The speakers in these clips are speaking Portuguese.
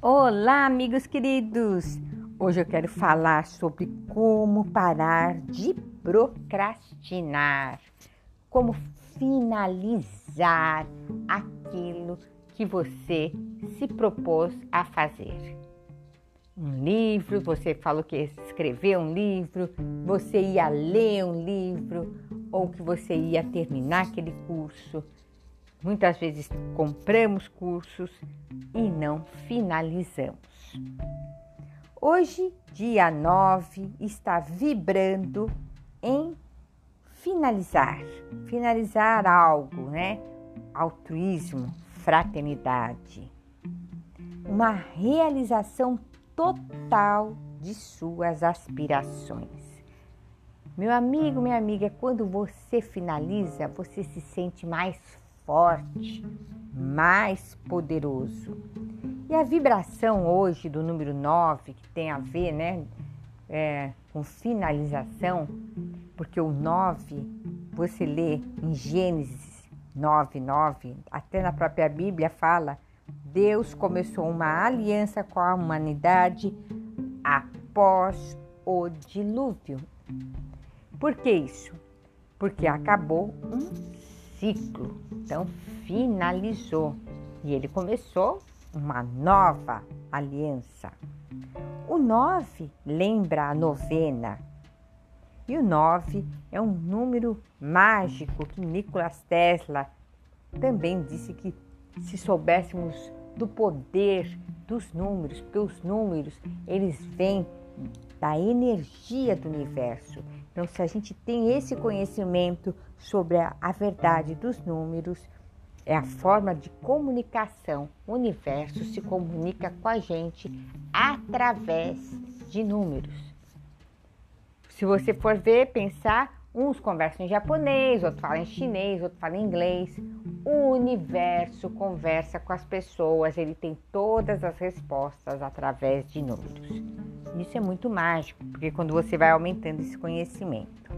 Olá, amigos queridos! Hoje eu quero falar sobre como parar de procrastinar, como finalizar aquilo que você se propôs a fazer. Um livro, você falou que ia escrever um livro, você ia ler um livro ou que você ia terminar aquele curso. Muitas vezes compramos cursos e não finalizamos. Hoje, dia 9, está vibrando em finalizar algo, né? Altruísmo, fraternidade. Uma realização total de suas aspirações. Meu amigo, minha amiga, quando você finaliza, você se sente mais forte, mais poderoso. E a vibração hoje do número 9, que tem a ver, né, com finalização, porque o 9, você lê em Gênesis 9:9, até na própria Bíblia fala, Deus começou uma aliança com a humanidade após o dilúvio. Por que isso? Porque acabou um ciclo, então finalizou e ele começou uma nova aliança. O 9 lembra a novena e o 9 é um número mágico que Nikola Tesla também disse que se soubéssemos do poder dos números, porque os números eles vêm da energia do universo. Então, se a gente tem esse conhecimento sobre a verdade dos números, é a forma de comunicação. O universo se comunica com a gente através de números. Se você for ver, pensar, uns conversam em japonês, outros falam em chinês, outros falam em inglês. O universo conversa com as pessoas, ele tem todas as respostas através de números. Isso é muito mágico, porque quando você vai aumentando esse conhecimento.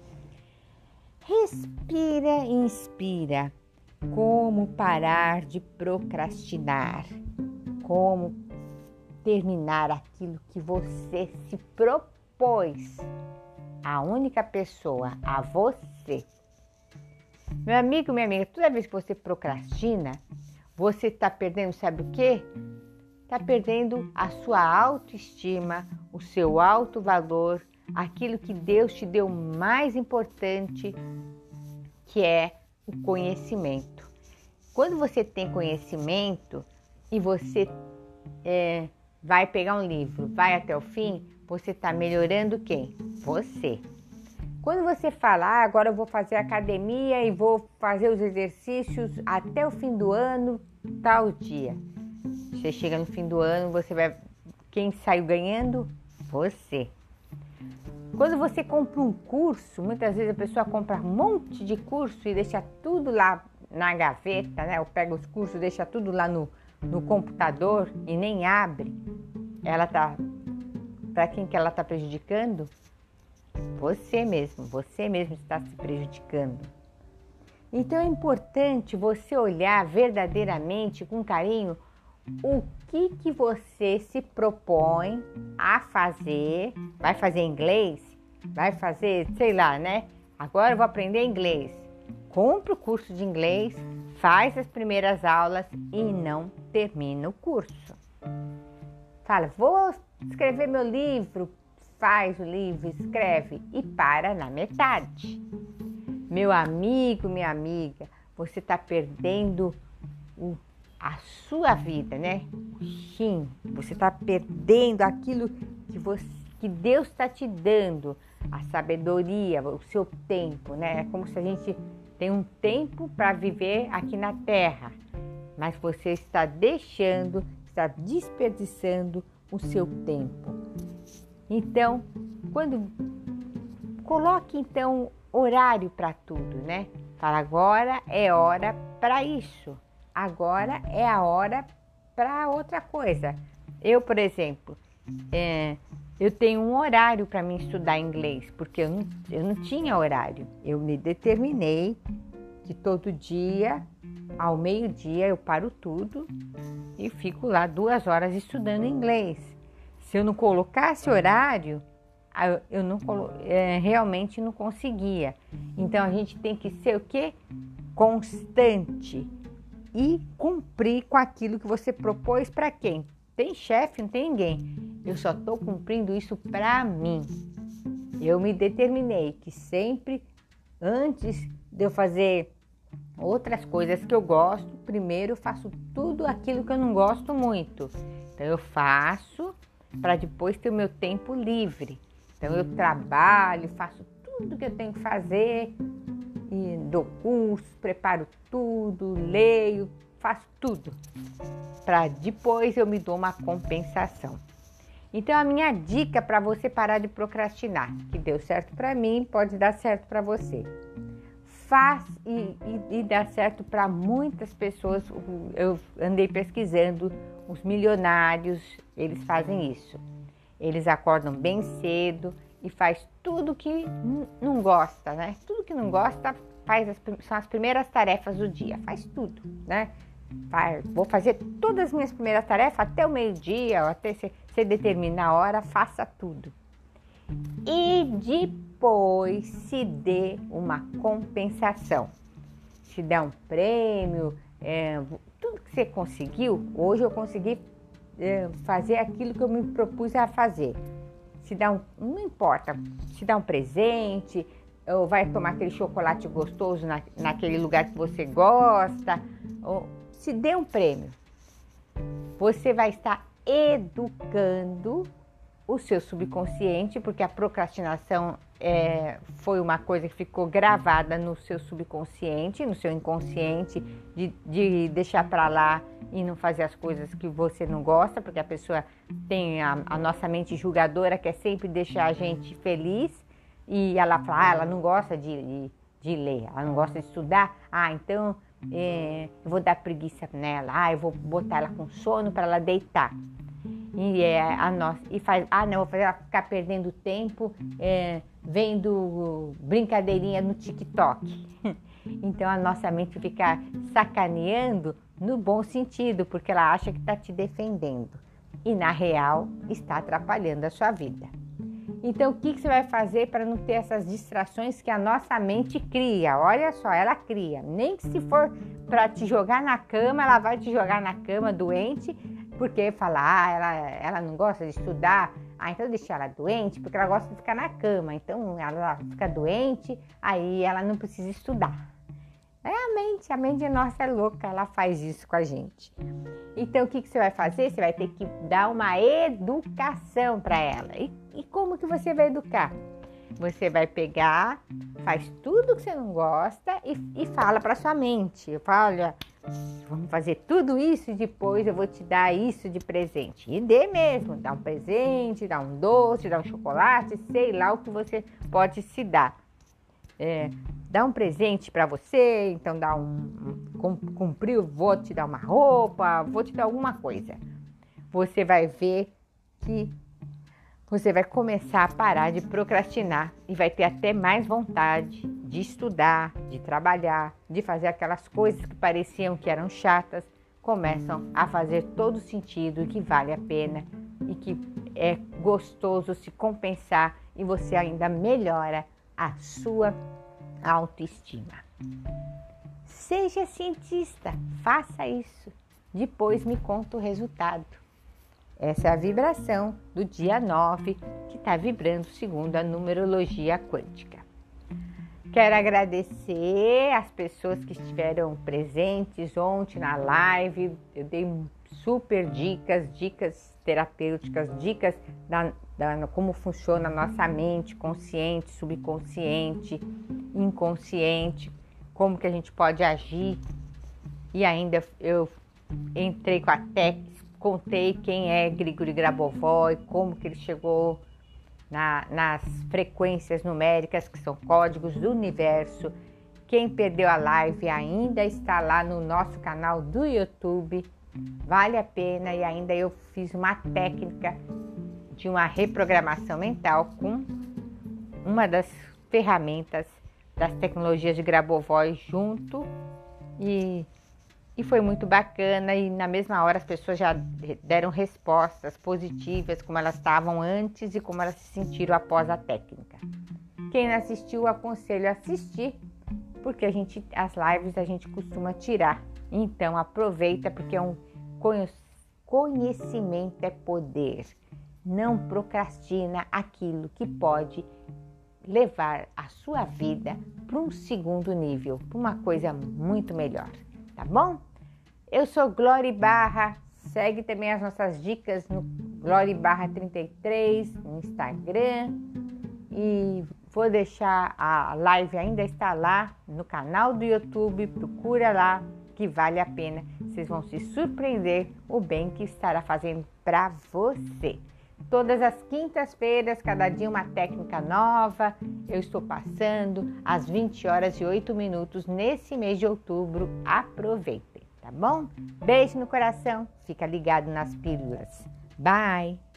Respira e inspira. Como parar de procrastinar? Como terminar aquilo que você se propôs? A única pessoa, a você. Meu amigo, minha amiga, toda vez que você procrastina, você está perdendo, sabe o quê? Está perdendo a sua autoestima, o seu alto valor, aquilo que Deus te deu mais importante, que é o conhecimento. Quando você tem conhecimento e você vai pegar um livro, vai até o fim, você está melhorando quem? Você. Quando você fala, agora eu vou fazer academia e vou fazer os exercícios até o fim do ano, tal dia. Você chega no fim do ano, você vai... Quem saiu ganhando? Você. Quando você compra um curso, muitas vezes a pessoa compra um monte de curso e deixa tudo lá na gaveta, né? Ou pega os cursos, deixa tudo lá no computador e nem abre. Para quem que ela está prejudicando? Você mesmo está se prejudicando. Então é importante você olhar verdadeiramente, com carinho, o que você se propõe a fazer. Vai fazer inglês? Vai fazer, sei lá, né? Agora eu vou aprender inglês. Compra o curso de inglês, faz as primeiras aulas e não termina o curso. Fala, vou escrever meu livro, faz o livro, escreve e para na metade. Meu amigo, minha amiga, você está perdendo a sua vida, né? Sim, você está perdendo aquilo que Deus está te dando, a sabedoria, o seu tempo, né? É como se a gente tem um tempo para viver aqui na Terra, mas você está desperdiçando o seu tempo. Então, coloque então horário para tudo, né? Fala, agora é hora para isso. Agora é a hora para outra coisa. Eu, por exemplo, eu tenho um horário para mim estudar inglês, porque eu não tinha horário. Eu me determinei que todo dia, ao meio-dia, eu paro tudo e fico lá 2 horas estudando inglês. Se eu não colocasse horário, eu não realmente não conseguia. Então a gente tem que ser o quê? Constante e cumprir com aquilo que você propôs para quem? Tem chefe, não tem ninguém. Eu só estou cumprindo isso para mim. Eu me determinei que sempre, antes de eu fazer outras coisas que eu gosto, primeiro eu faço tudo aquilo que eu não gosto muito. Então eu faço para depois ter o meu tempo livre. Então eu trabalho, faço tudo que eu tenho que fazer, e dou curso, preparo tudo, leio, faço tudo. Para depois eu me dou uma compensação. Então a minha dica para você parar de procrastinar, que deu certo para mim, pode dar certo para você. Faz e dá certo para muitas pessoas. Eu andei pesquisando, os milionários, eles fazem isso. Eles acordam bem cedo e faz tudo que não gosta, né? Tudo que não gosta são as primeiras tarefas do dia, faz tudo, né? Vou fazer todas as minhas primeiras tarefas até o meio-dia, até você determinar a hora, faça tudo. E depois se dê uma compensação, se dê um prêmio, tudo que você conseguiu. Hoje eu consegui fazer aquilo que eu me propus a fazer. Não importa, se dá um presente, ou vai tomar aquele chocolate gostoso naquele lugar que você gosta, ou se dê um prêmio. Você vai estar educando o seu subconsciente, porque a procrastinação foi uma coisa que ficou gravada no seu subconsciente, no seu inconsciente, de deixar para lá e não fazer as coisas que você não gosta, porque a pessoa tem a nossa mente julgadora, quer sempre deixar a gente feliz, e ela fala, ela não gosta de ler, ela não gosta de estudar, então eu vou dar preguiça nela, eu vou botar ela com sono para ela deitar. Não, vou fazer ela ficar perdendo tempo vendo brincadeirinha no TikTok. Então a nossa mente fica sacaneando no bom sentido, porque ela acha que está te defendendo e na real está atrapalhando a sua vida. Então o que você vai fazer para não ter essas distrações que a nossa mente cria? Olha só, ela cria. Nem que se for para te jogar na cama, ela vai te jogar na cama doente, porque fala, ela não gosta de estudar, então deixa ela doente, porque ela gosta de ficar na cama, então ela fica doente, aí ela não precisa estudar. A mente nossa é louca, ela faz isso com a gente. Então o que você vai fazer? Você vai ter que dar uma educação para ela. E como que você vai educar? Você vai pegar, faz tudo que você não gosta e fala para sua mente. Fala, olha, vamos fazer tudo isso e depois eu vou te dar isso de presente. E dê mesmo, dá um presente, dá um doce, dá um chocolate, sei lá o que você pode se dar. Dá um presente para você, então cumpriu, vou te dar uma roupa, vou te dar alguma coisa. Você vai ver que você vai começar a parar de procrastinar e vai ter até mais vontade de estudar, de trabalhar, de fazer aquelas coisas que pareciam que eram chatas, começam a fazer todo sentido e que vale a pena e que é gostoso se compensar e você ainda melhora a sua autoestima. Seja cientista, faça isso. Depois me conta o resultado. Essa é a vibração do dia 9 que está vibrando segundo a numerologia quântica. Quero agradecer as pessoas que estiveram presentes ontem na live. Eu dei super dicas terapêuticas, dicas da como funciona a nossa mente, consciente, subconsciente, inconsciente, como que a gente pode agir. E ainda eu entrei com a técnica, contei quem é Grigori Grabovoi, como que ele chegou nas frequências numéricas, que são códigos do universo. Quem perdeu a live ainda está lá no nosso canal do YouTube, vale a pena. E ainda eu fiz uma técnica de uma reprogramação mental com uma das ferramentas das tecnologias de Grabovoi junto, e E foi muito bacana e na mesma hora as pessoas já deram respostas positivas, como elas estavam antes e como elas se sentiram após a técnica. Quem não assistiu, aconselho a assistir, porque as lives a gente costuma tirar. Então aproveita, porque conhecimento é poder. Não procrastina aquilo que pode levar a sua vida para um segundo nível, para uma coisa muito melhor, tá bom? Eu sou Glória Barra, segue também as nossas dicas no Glória Barra 33 no Instagram e vou deixar a live, ainda está lá no canal do YouTube, procura lá que vale a pena, vocês vão se surpreender o bem que estará fazendo para você. Todas as quintas-feiras, cada dia uma técnica nova, eu estou passando às 20h08 nesse mês de outubro. Aproveitem, tá bom? Beijo no coração, fica ligado nas pílulas. Bye!